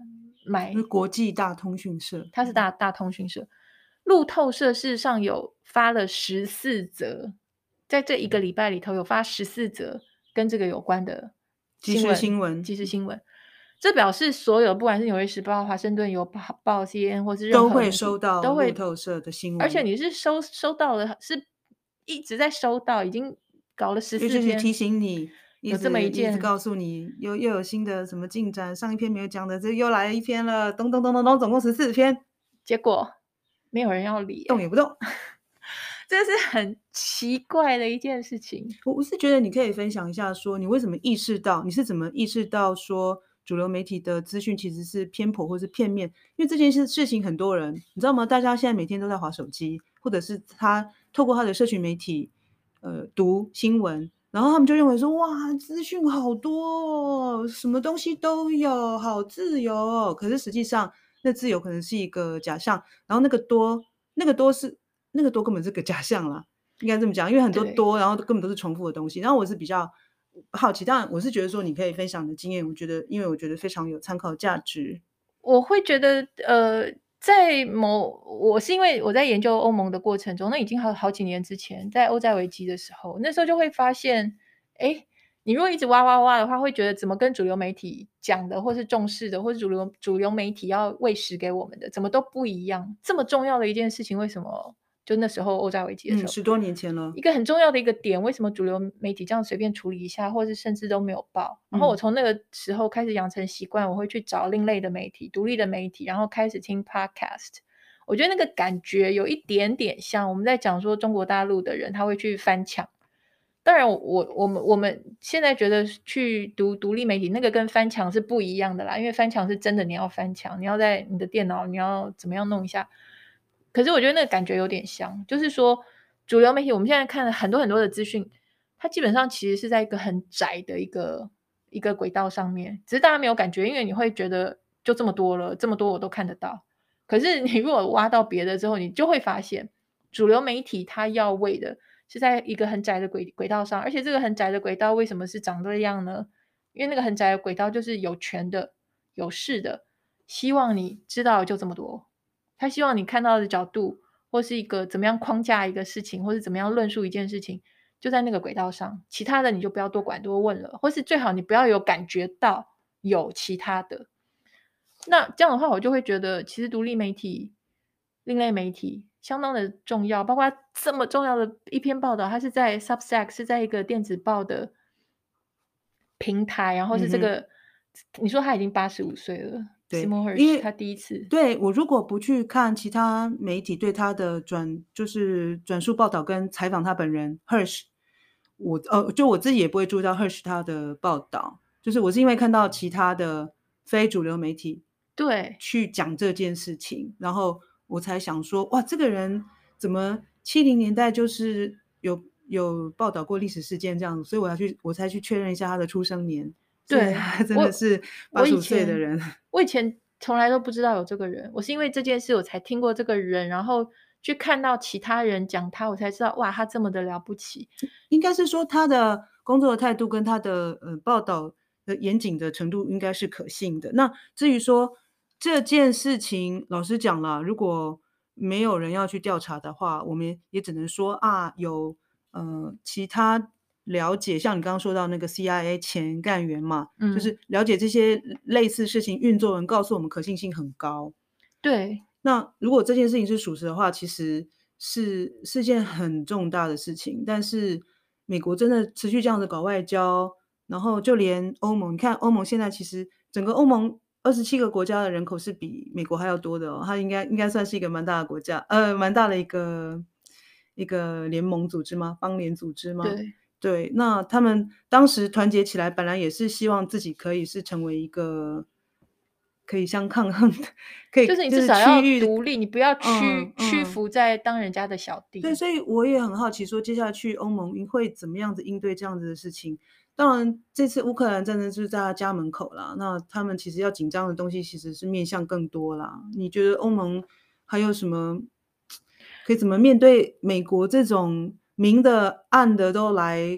[SPEAKER 2] 买，
[SPEAKER 1] 国际大通讯社，
[SPEAKER 2] 它是大大通讯社。路透社事实上有发了十四则，在这一个礼拜里头有发十四则跟这个有关的
[SPEAKER 1] 即时新闻，
[SPEAKER 2] 即时新闻。这表示所有不管是纽约时报、华盛顿邮报、C N N 或是任
[SPEAKER 1] 都会
[SPEAKER 2] 何媒体
[SPEAKER 1] 收到
[SPEAKER 2] 都会
[SPEAKER 1] 路透社的新闻，
[SPEAKER 2] 而且你是收收到了，是一直在收到，已经搞了十四
[SPEAKER 1] 就是
[SPEAKER 2] 篇，
[SPEAKER 1] 提醒你，
[SPEAKER 2] 有这么一件，
[SPEAKER 1] 一直告诉你又又有新的什么进展，上一篇没有讲的，这又来了一篇了，咚咚咚咚咚，总共十四篇，
[SPEAKER 2] 结果没有人要理、欸，
[SPEAKER 1] 动也不动。
[SPEAKER 2] 这是很奇怪的一件事情。
[SPEAKER 1] 我我是觉得你可以分享一下，说你为什么意识到，你是怎么意识到说主流媒体的资讯其实是偏颇或是片面？因为这件事事情很多人你知道吗？大家现在每天都在滑手机，或者是他透过他的社群媒体呃读新闻，然后他们就认为说哇资讯好多哦，什么东西都有，好自由哦。可是实际上那自由可能是一个假象，然后那个多那个多是那个多根本是个假象啦。应该这么讲，因为很多多，然后根本都是重复的东西。然后我是比较好奇，当然我是觉得说你可以分享你的经验，我觉得因为我觉得非常有参考价值。
[SPEAKER 2] 我会觉得，呃，在某我是因为我在研究欧盟的过程中，那已经好好几年之前，在欧债危机的时候，那时候就会发现，哎，你如果一直挖挖挖的话，会觉得怎么跟主流媒体讲的，或是重视的，或是主流主流媒体要喂食给我们的，怎么都不一样。这么重要的一件事情，为什么？就那时候欧债危机的时候，
[SPEAKER 1] 嗯，十多年前了，
[SPEAKER 2] 一个很重要的一个点，为什么主流媒体这样随便处理一下，或是甚至都没有报？然后我从那个时候开始养成习惯，我会去找另类的媒体、独立的媒体，然后开始听 podcast。我觉得那个感觉有一点点像我们在讲说中国大陆的人他会去翻墙。当然我，我我们我们现在觉得去读独立媒体，那个跟翻墙是不一样的啦，因为翻墙是真的你要翻墙，你要在你的电脑你要怎么样弄一下。可是我觉得那个感觉有点像，就是说主流媒体我们现在看了很多很多的资讯，它基本上其实是在一个很窄的一个一个轨道上面，只是大家没有感觉，因为你会觉得就这么多了，这么多我都看得到。可是你如果挖到别的之后，你就会发现主流媒体它要喂的是在一个很窄的轨轨道上，而且这个很窄的轨道为什么是长这样呢？因为那个很窄的轨道就是有权的、有势的，希望你知道就这么多。他希望你看到的角度，或是一个怎么样框架一个事情，或是怎么样论述一件事情，就在那个轨道上。其他的你就不要多管多问了，或是最好你不要有感觉到有其他的。那这样的话，我就会觉得，其实独立媒体、另类媒体相当的重要，包括这么重要的一篇报道，它是在 Substack， 是在一个电子报的平台，然后是这个，嗯、你说他已经八十五岁了。
[SPEAKER 1] 对，
[SPEAKER 2] 因为他第一次，
[SPEAKER 1] 对，我如果不去看其他媒体对他的转就是转述报道跟采访他本人 Hersh， 我呃就我自己也不会注意到 Hersh 他的报道，就是我是因为看到其他的非主流媒体
[SPEAKER 2] 对
[SPEAKER 1] 去讲这件事情，然后我才想说，哇，这个人怎么七零年代就是有有报道过历史事件这样子，所以我要去我才去确认一下他的出生年。
[SPEAKER 2] 对，
[SPEAKER 1] 他真的是八十五岁的人。
[SPEAKER 2] 我以前从来都不知道有这个人，我是因为这件事我才听过这个人，然后去看到其他人讲他，我才知道哇，他这么的了不起。
[SPEAKER 1] 应该是说他的工作的态度跟他的呃报道的严谨的程度应该是可信的。那至于说这件事情，老实讲了，如果没有人要去调查的话，我们也只能说啊，有呃其他了解，像你刚刚说到那个 C I A 前干员嘛，
[SPEAKER 2] 嗯，
[SPEAKER 1] 就是了解这些类似事情运作人告诉我们可信性很高。
[SPEAKER 2] 对，
[SPEAKER 1] 那如果这件事情是属实的话，其实是是件很重大的事情。但是美国真的持续这样子搞外交，然后就连欧盟，你看欧盟现在其实整个欧盟二十七个国家的人口是比美国还要多的哦，它应该应该算是一个蛮大的国家，呃，蛮大的一个一个联盟组织吗？邦联组织吗？
[SPEAKER 2] 对。
[SPEAKER 1] 对，那他们当时团结起来，本来也是希望自己可以是成为一个可以相抗衡的，可以
[SPEAKER 2] 就是你至少要
[SPEAKER 1] 区域
[SPEAKER 2] 独立，你不要屈、
[SPEAKER 1] 嗯嗯、
[SPEAKER 2] 屈服在当人家的小弟。
[SPEAKER 1] 对，所以我也很好奇，说接下去欧盟会怎么样子应对这样子的事情。当然，这次乌克兰战争就是在他家门口啦，那他们其实要紧张的东西其实是面向更多啦。你觉得欧盟还有什么可以怎么面对美国这种明的暗的都来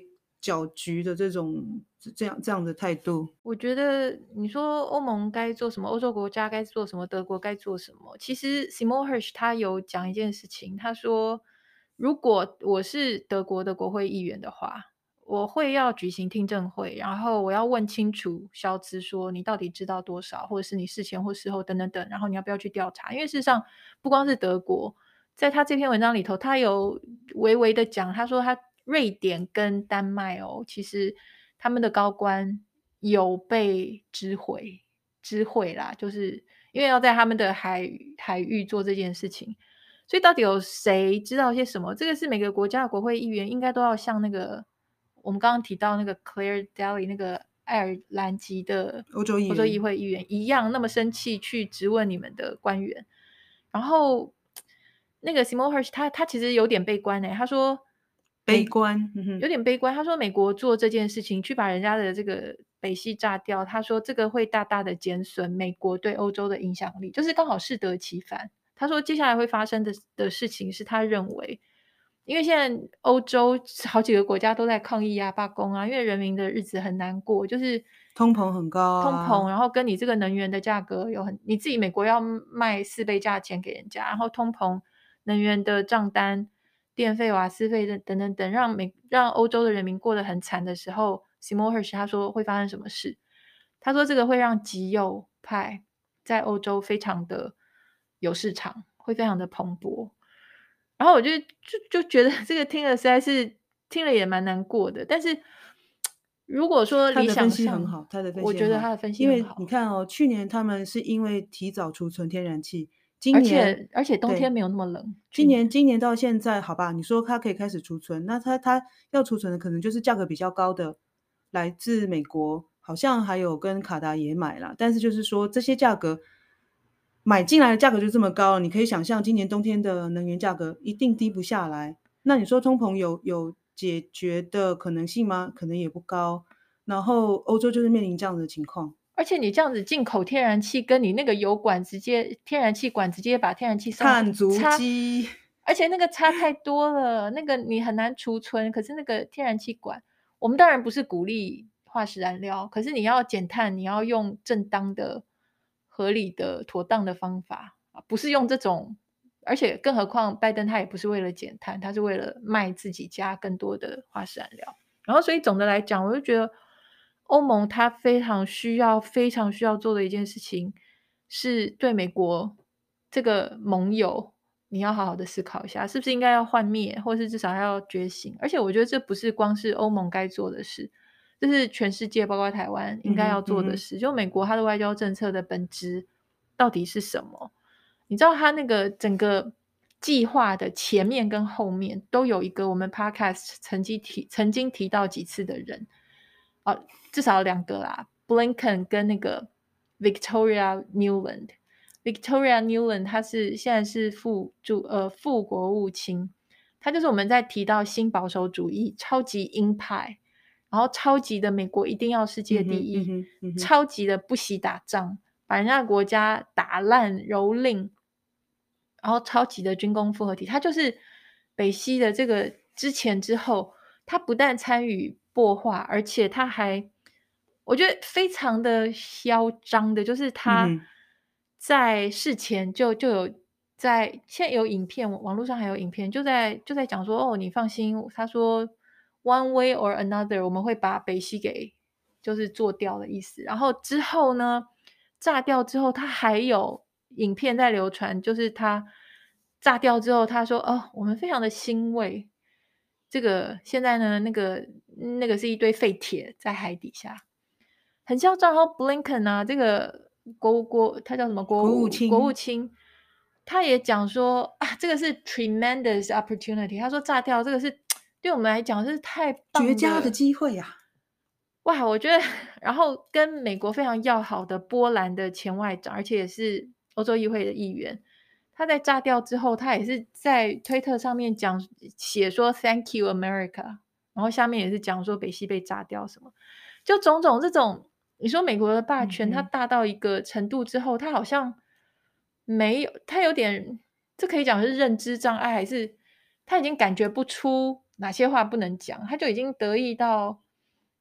[SPEAKER 1] 搅局的这种这样这样的态度。
[SPEAKER 2] 我觉得你说欧盟该做什么，欧洲国家该做什么，德国该做什么，其实 Seymour Hersh 他有讲一件事情，他说如果我是德国的国会议员的话，我会要举行听证会，然后我要问清楚肖兹说你到底知道多少，或者是你事前或事后等等等，然后你要不要去调查？因为事实上不光是德国，在他这篇文章里头，他有微微的讲，他说他瑞典跟丹麦哦，其实他们的高官有被知会，知会啦，就是因为要在他们的海海域做这件事情，所以到底有谁知道些什么？这个是每个国家的国会议员应该都要像那个我们刚刚提到那个 Claire Daly 那个爱尔兰籍的
[SPEAKER 1] 欧洲议
[SPEAKER 2] 欧洲议
[SPEAKER 1] 员
[SPEAKER 2] 会议员一样，那么生气去质问你们的官员。然后那个 Seymour Hersh 他他其实有点悲观欸，他说美
[SPEAKER 1] 悲观，嗯
[SPEAKER 2] 有
[SPEAKER 1] 哼，
[SPEAKER 2] 点悲观，他说美国做这件事情，去把人家的这个北溪炸掉，他说这个会大大的减损美国对欧洲的影响力，就是刚好适得其反。他说接下来会发生的的事情是他认为，因为现在欧洲好几个国家都在抗议啊、罢工啊，因为人民的日子很难过，就是
[SPEAKER 1] 通膨很高
[SPEAKER 2] 通膨，
[SPEAKER 1] 啊，
[SPEAKER 2] 然后跟你这个能源的价格有很，你自己美国要卖四倍价钱给人家，然后通膨、能源的账单、电费、瓦斯费等等等等，让美让欧洲的人民过得很惨的时候，Seymour Hersh 他说会发生什么事？他说这个会让极右派在欧洲非常的有市场，会非常的蓬勃。然后我就就就觉得这个听了实在是听了也蛮难过的。但是如果说理
[SPEAKER 1] 他的分
[SPEAKER 2] 想上，
[SPEAKER 1] 析很好，他的分
[SPEAKER 2] 我觉得
[SPEAKER 1] 析很好。
[SPEAKER 2] 他的分析
[SPEAKER 1] 因为你
[SPEAKER 2] 很好，
[SPEAKER 1] 看哦，去年他们是因为提早储存天然气，今
[SPEAKER 2] 而
[SPEAKER 1] 年
[SPEAKER 2] 且而且冬天
[SPEAKER 1] 对，
[SPEAKER 2] 没有那么冷，去
[SPEAKER 1] 今年
[SPEAKER 2] 年。
[SPEAKER 1] 今年到现在，好吧，你说它可以开始储存，那它它要储存的可能就是价格比较高的，来自美国，好像还有跟卡达也买了，但是就是说这些价格买进来的价格就这么高，你可以想象今年冬天的能源价格一定低不下来。那你说通膨有有解决的可能性吗？可能也不高。然后欧洲就是面临这样的情况，
[SPEAKER 2] 而且你这样子进口天然气，跟你那个油管直接天然气管直接把天然气送
[SPEAKER 1] 碳足
[SPEAKER 2] 差，
[SPEAKER 1] 迹，
[SPEAKER 2] 而且那个差太多了，那个你很难储存。可是那个天然气管，我们当然不是鼓励化石燃料，可是你要减碳，你要用正当的、合理的、妥当的方法啊，不是用这种。而且更何况拜登他也不是为了减碳，他是为了卖自己家更多的化石燃料。然后所以总的来讲，我就觉得欧盟它非常需要、非常需要做的一件事情，是对美国这个盟友，你要好好的思考一下，是不是应该要幻灭，或是至少要觉醒。而且我觉得这不是光是欧盟该做的事，这是全世界，包括台湾应
[SPEAKER 1] 嗯
[SPEAKER 2] 该要
[SPEAKER 1] 哼嗯哼，
[SPEAKER 2] 做的事。就美国它的外交政策的本质到底是什么？你知道它那个整个计划的前面跟后面都有一个我们 podcast 曾经提曾经提到几次的人，哦，至少有两个啦，Blinken 跟那个 Victoria Nuland。Victoria Nuland 她是现在是副主呃副国务卿，她就是我们在提到新保守主义超级鹰派，然后超级的美国一定要世界
[SPEAKER 1] 嗯
[SPEAKER 2] 第一，
[SPEAKER 1] 哼嗯哼嗯哼，
[SPEAKER 2] 超级的不惜打仗，把人家的国家打烂蹂躏，然后超级的军工复合体，他就是北溪的这个之前之后，他不但参与擘画，而且他还我觉得非常的嚣张的，就是他
[SPEAKER 1] 嗯哼。
[SPEAKER 2] 在事前就就有在现在有影片，网络上还有影片，就在就在讲说，哦，你放心，他说 one way or another，我们会把北溪给就是做掉的意思。然后之后呢，炸掉之后，他还有影片在流传，就是他炸掉之后，他说：“哦，我们非常的欣慰，这个现在呢，那个那个是一堆废铁在海底下。”很嚣张。然后 Blinken 啊，这个国务国他叫什么国
[SPEAKER 1] 国务
[SPEAKER 2] 务国务
[SPEAKER 1] 卿，
[SPEAKER 2] 卿，他也讲说啊，这个是 tremendous opportunity。他说炸掉这个是对我们来讲是太
[SPEAKER 1] 绝佳的
[SPEAKER 2] 棒的
[SPEAKER 1] 机会呀！
[SPEAKER 2] 哇！我觉得，然后跟美国非常要好的波兰的前外长，而且也是欧洲议会的议员，他在炸掉之后，他也是在推特上面讲写说 "Thank you America"，然后下面也是讲说北溪被炸掉什么。就种种这种，你说美国的霸权，它
[SPEAKER 1] 嗯哼，
[SPEAKER 2] 大到一个程度之后，它好像没有，它有点，这可以讲是认知障碍，还是他已经感觉不出哪些话不能讲，他就已经得意到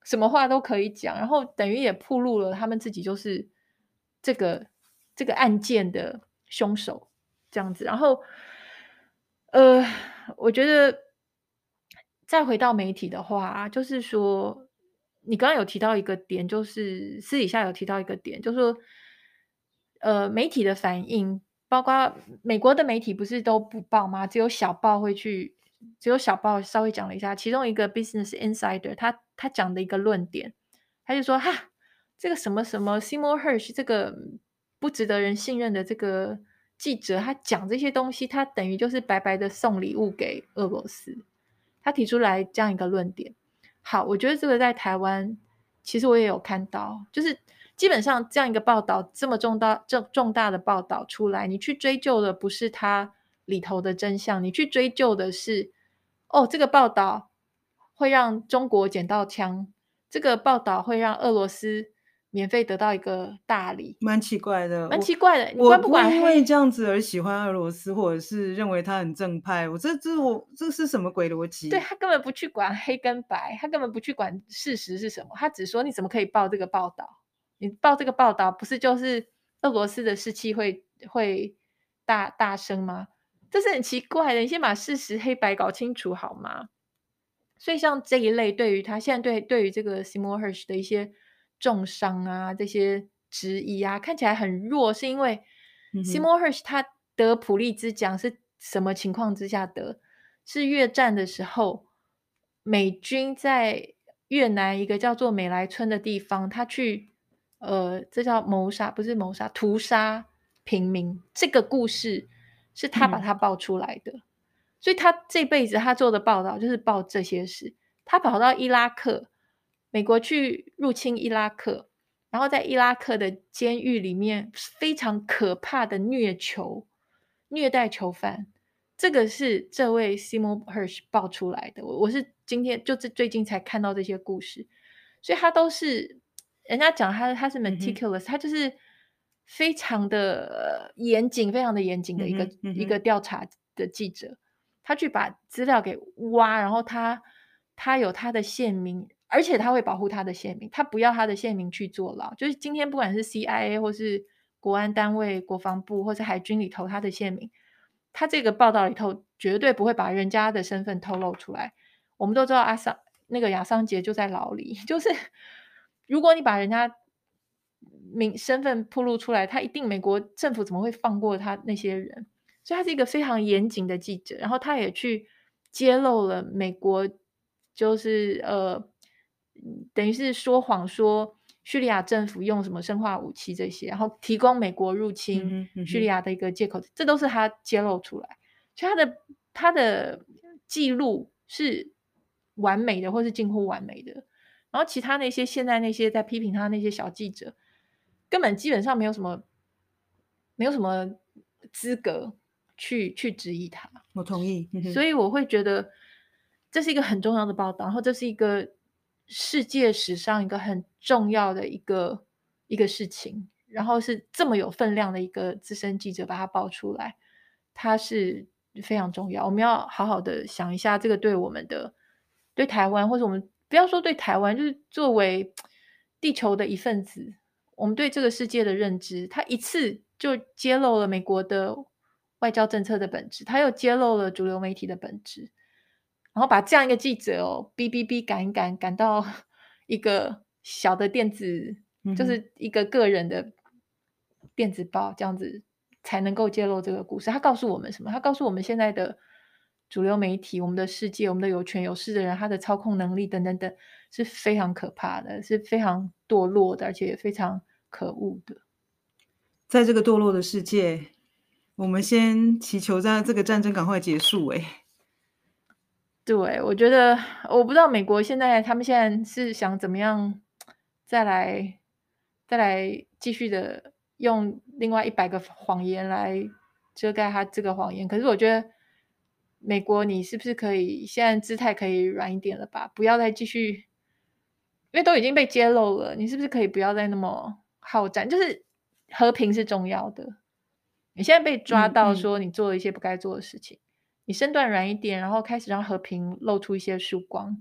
[SPEAKER 2] 什么话都可以讲，然后等于也暴露了他们自己就是这个这个案件的凶手这样子。然后，呃，我觉得再回到媒体的话，就是说，你刚刚有提到一个点，就是私底下有提到一个点，就是说，呃，媒体的反应，包括美国的媒体不是都不报吗？只有小报会去，只有小报稍微讲了一下。其中一个 Business Insider，他他讲的一个论点，他就说哈，这个什么什么 Seymour Hersh 这个不值得人信任的这个记者，他讲这些东西，他等于就是白白的送礼物给俄罗斯。他提出来这样一个论点。好，我觉得这个在台湾其实我也有看到，就是基本上这样一个报道，这么重大、重重大的报道出来，你去追究的不是它里头的真相，你去追究的是，哦，这个报道会让中国捡到枪，这个报道会让俄罗斯免费得到一个大礼，
[SPEAKER 1] 蛮奇怪的。
[SPEAKER 2] 蛮
[SPEAKER 1] 我
[SPEAKER 2] 奇怪的。你
[SPEAKER 1] 我
[SPEAKER 2] 关不
[SPEAKER 1] 不会因为
[SPEAKER 2] 管黑，
[SPEAKER 1] 这样子而喜欢俄罗斯，或者是认为他很正派。我这这我这是什么鬼逻
[SPEAKER 2] 对，
[SPEAKER 1] 辑？
[SPEAKER 2] 他根本不去管黑跟白，他根本不去管事实是什么，他只说你怎么可以报这个报道？你报这个报道不是就是俄罗斯的士气会会大大升吗？这是很奇怪的，你先把事实黑白搞清楚好吗？所以像这一类对于他现在对对于这个 Seymour Hersh 的一些重伤啊，这些质疑啊，看起来很弱，是因为
[SPEAKER 1] 嗯哼，
[SPEAKER 2] Seymour Hersh 他得普利兹奖是什么情况之下得？是越战的时候，美军在越南一个叫做美莱村的地方，他去呃，这叫谋杀，不是谋杀，屠杀平民。这个故事是他把
[SPEAKER 1] 嗯
[SPEAKER 2] 它爆出来的。所以他这辈子他做的报道就是报这些事。他跑到伊拉克，美国去入侵伊拉克，然后在伊拉克的监狱里面非常可怕的虐囚、虐待囚犯，这个是这位 Seymour Hersh 爆出来的。我我是今天就是最近才看到这些故事，所以他都是人家讲他他是
[SPEAKER 1] 嗯哼
[SPEAKER 2] meticulous，他就是非常的呃严谨、非常的严谨的
[SPEAKER 1] 嗯
[SPEAKER 2] 一个一
[SPEAKER 1] 哼嗯哼
[SPEAKER 2] 个调查的记者。他去把资料给挖，然后他他有他的县民，而且他会保护他的县民，他不要他的县民去坐牢。就是今天不管是 C I A 或是国安单位、国防部或是海军里头他的县民，他这个报道里头绝对不会把人家的身份透露出来。我们都知道阿桑那个亚桑杰就在牢里，就是如果你把人家名身份暴露出来，他一定美国政府怎么会放过他那些人？所以他是一个非常严谨的记者，然后他也去揭露了美国就是呃，等于是说谎说叙利亚政府用什么生化武器这些，然后提供美国入
[SPEAKER 1] 嗯
[SPEAKER 2] 侵
[SPEAKER 1] 哼嗯哼
[SPEAKER 2] 叙利亚的一个借口，这都是他揭露出来。所以他的他的记录是完美的，或是近乎完美的。然后其他那些现在那些在批评他那些小记者，根本基本上没有什么没有什么资格去去质疑他。
[SPEAKER 1] 我同意。嗯哼
[SPEAKER 2] 所以我会觉得这是一个很重要的报道，然后这是一个世界史上一个很重要的一个一个事情，然后是这么有分量的一个资深记者把它爆出来，它是非常重要。我们要好好的想一下，这个对我们的对台湾，或者我们不要说对台湾，就是作为地球的一份子，我们对这个世界的认知，它一次就揭露了美国的外交政策的本质，它又揭露了主流媒体的本质，然后把这样一个记者哦，逼逼逼赶一赶，赶到一个小的电子，就
[SPEAKER 1] 嗯哼
[SPEAKER 2] 是一个个人的电子报，这样子才能够揭露这个故事。他告诉我们什么？他告诉我们现在的主流媒体，我们的世界，我们的有权有势的人，他的操控能力等等等，是非常可怕的，是非常堕落的，而且也非常可恶的。
[SPEAKER 1] 在这个堕落的世界，我们先祈求在这个战争赶快结束。哎，
[SPEAKER 2] 对，我觉得我不知道美国现在他们现在是想怎么样再来再来继续的用另外一百个谎言来遮盖他这个谎言。可是我觉得美国你是不是可以现在姿态可以软一点了吧？不要再继续，因为都已经被揭露了，你是不是可以不要再那么好战？就是和平是重要的。你现在被抓到
[SPEAKER 1] 嗯嗯
[SPEAKER 2] 说你做了一些不该做的事情，你身段软一点，然后开始让和平露出一些曙光，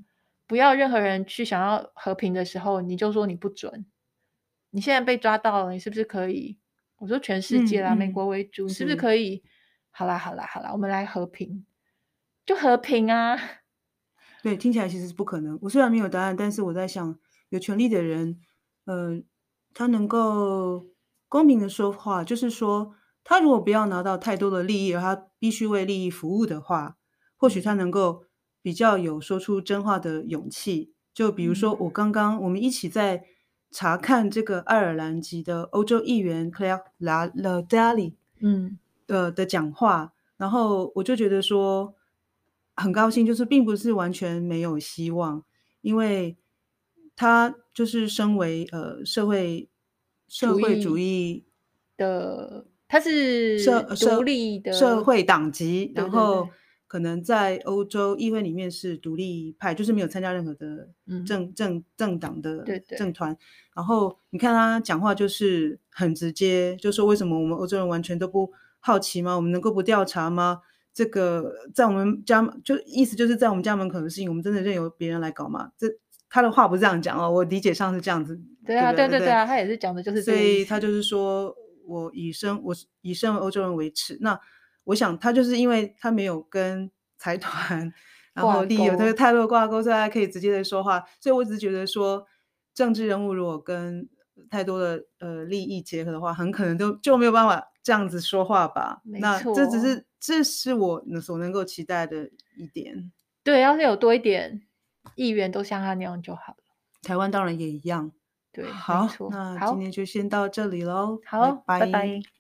[SPEAKER 2] 不要任何人去想要和平的时候，你就说你不准。你现在被抓到了，你是不是可以我说全世界啦，美
[SPEAKER 1] 嗯嗯，
[SPEAKER 2] 国为主，你是不是
[SPEAKER 1] 是。
[SPEAKER 2] 可以好啦好啦好啦，我们来和平，就和平啊。
[SPEAKER 1] 对，听起来其实是不可能。我虽然没有答案，但是我在想，有权利的人，呃，他能够公平的说话，就是说，他如果不要拿到太多的利益，而他必须为利益服务的话，或许他
[SPEAKER 2] 嗯。
[SPEAKER 1] 能够比较有说出真话的勇气。就比如说
[SPEAKER 2] 嗯。
[SPEAKER 1] 我刚刚我们一起在查看这个爱尔兰籍的欧洲议员 Claire La Latdally
[SPEAKER 2] 嗯。
[SPEAKER 1] 的的讲话，然后我就觉得说，很高兴，就是并不是完全没有希望。因为他就是身为，呃，社会社会主
[SPEAKER 2] 主义
[SPEAKER 1] 义
[SPEAKER 2] 的他是
[SPEAKER 1] 社
[SPEAKER 2] 独
[SPEAKER 1] 社
[SPEAKER 2] 立的
[SPEAKER 1] 社会党籍，然后
[SPEAKER 2] 对对对。
[SPEAKER 1] 可能在欧洲议会里面是独立派，就是没有参加任何的
[SPEAKER 2] 嗯。
[SPEAKER 1] 政政政党的
[SPEAKER 2] 对对。
[SPEAKER 1] 政团。然后你看他讲话就是很直接，就说为什么我们欧洲人完全都不好奇吗？我们能够不调查吗？这个在我们家就意思就是在我们家门口的事情，我们真的任由别人来搞吗？这他的话不是这样讲哦，我理解上是这样子，
[SPEAKER 2] 对啊，
[SPEAKER 1] 对不对？对。
[SPEAKER 2] 对对对啊，他也是讲的就是这
[SPEAKER 1] 所
[SPEAKER 2] 个意思。
[SPEAKER 1] 以他就是说我以身我以身为欧洲人为耻。那我想他就是因为他没有跟财团，然
[SPEAKER 2] 挂
[SPEAKER 1] 后利益有这个
[SPEAKER 2] 钩。
[SPEAKER 1] 太多的挂钩，所以他可以直接地说话。所以我只是觉得说，政治人物如果跟太多的，呃，利益结合的话，很可能都就没有办法这样子说话吧。
[SPEAKER 2] 没
[SPEAKER 1] 那这只
[SPEAKER 2] 错。
[SPEAKER 1] 是这是我所能够期待的一点。
[SPEAKER 2] 对，要是有多一点议员都像他那样就好了。
[SPEAKER 1] 台湾当然也一样。
[SPEAKER 2] 对，没
[SPEAKER 1] 好，
[SPEAKER 2] 错，
[SPEAKER 1] 那今
[SPEAKER 2] 好。
[SPEAKER 1] 天就先到这里咯，拜
[SPEAKER 2] 好，拜
[SPEAKER 1] 拜。
[SPEAKER 2] 拜。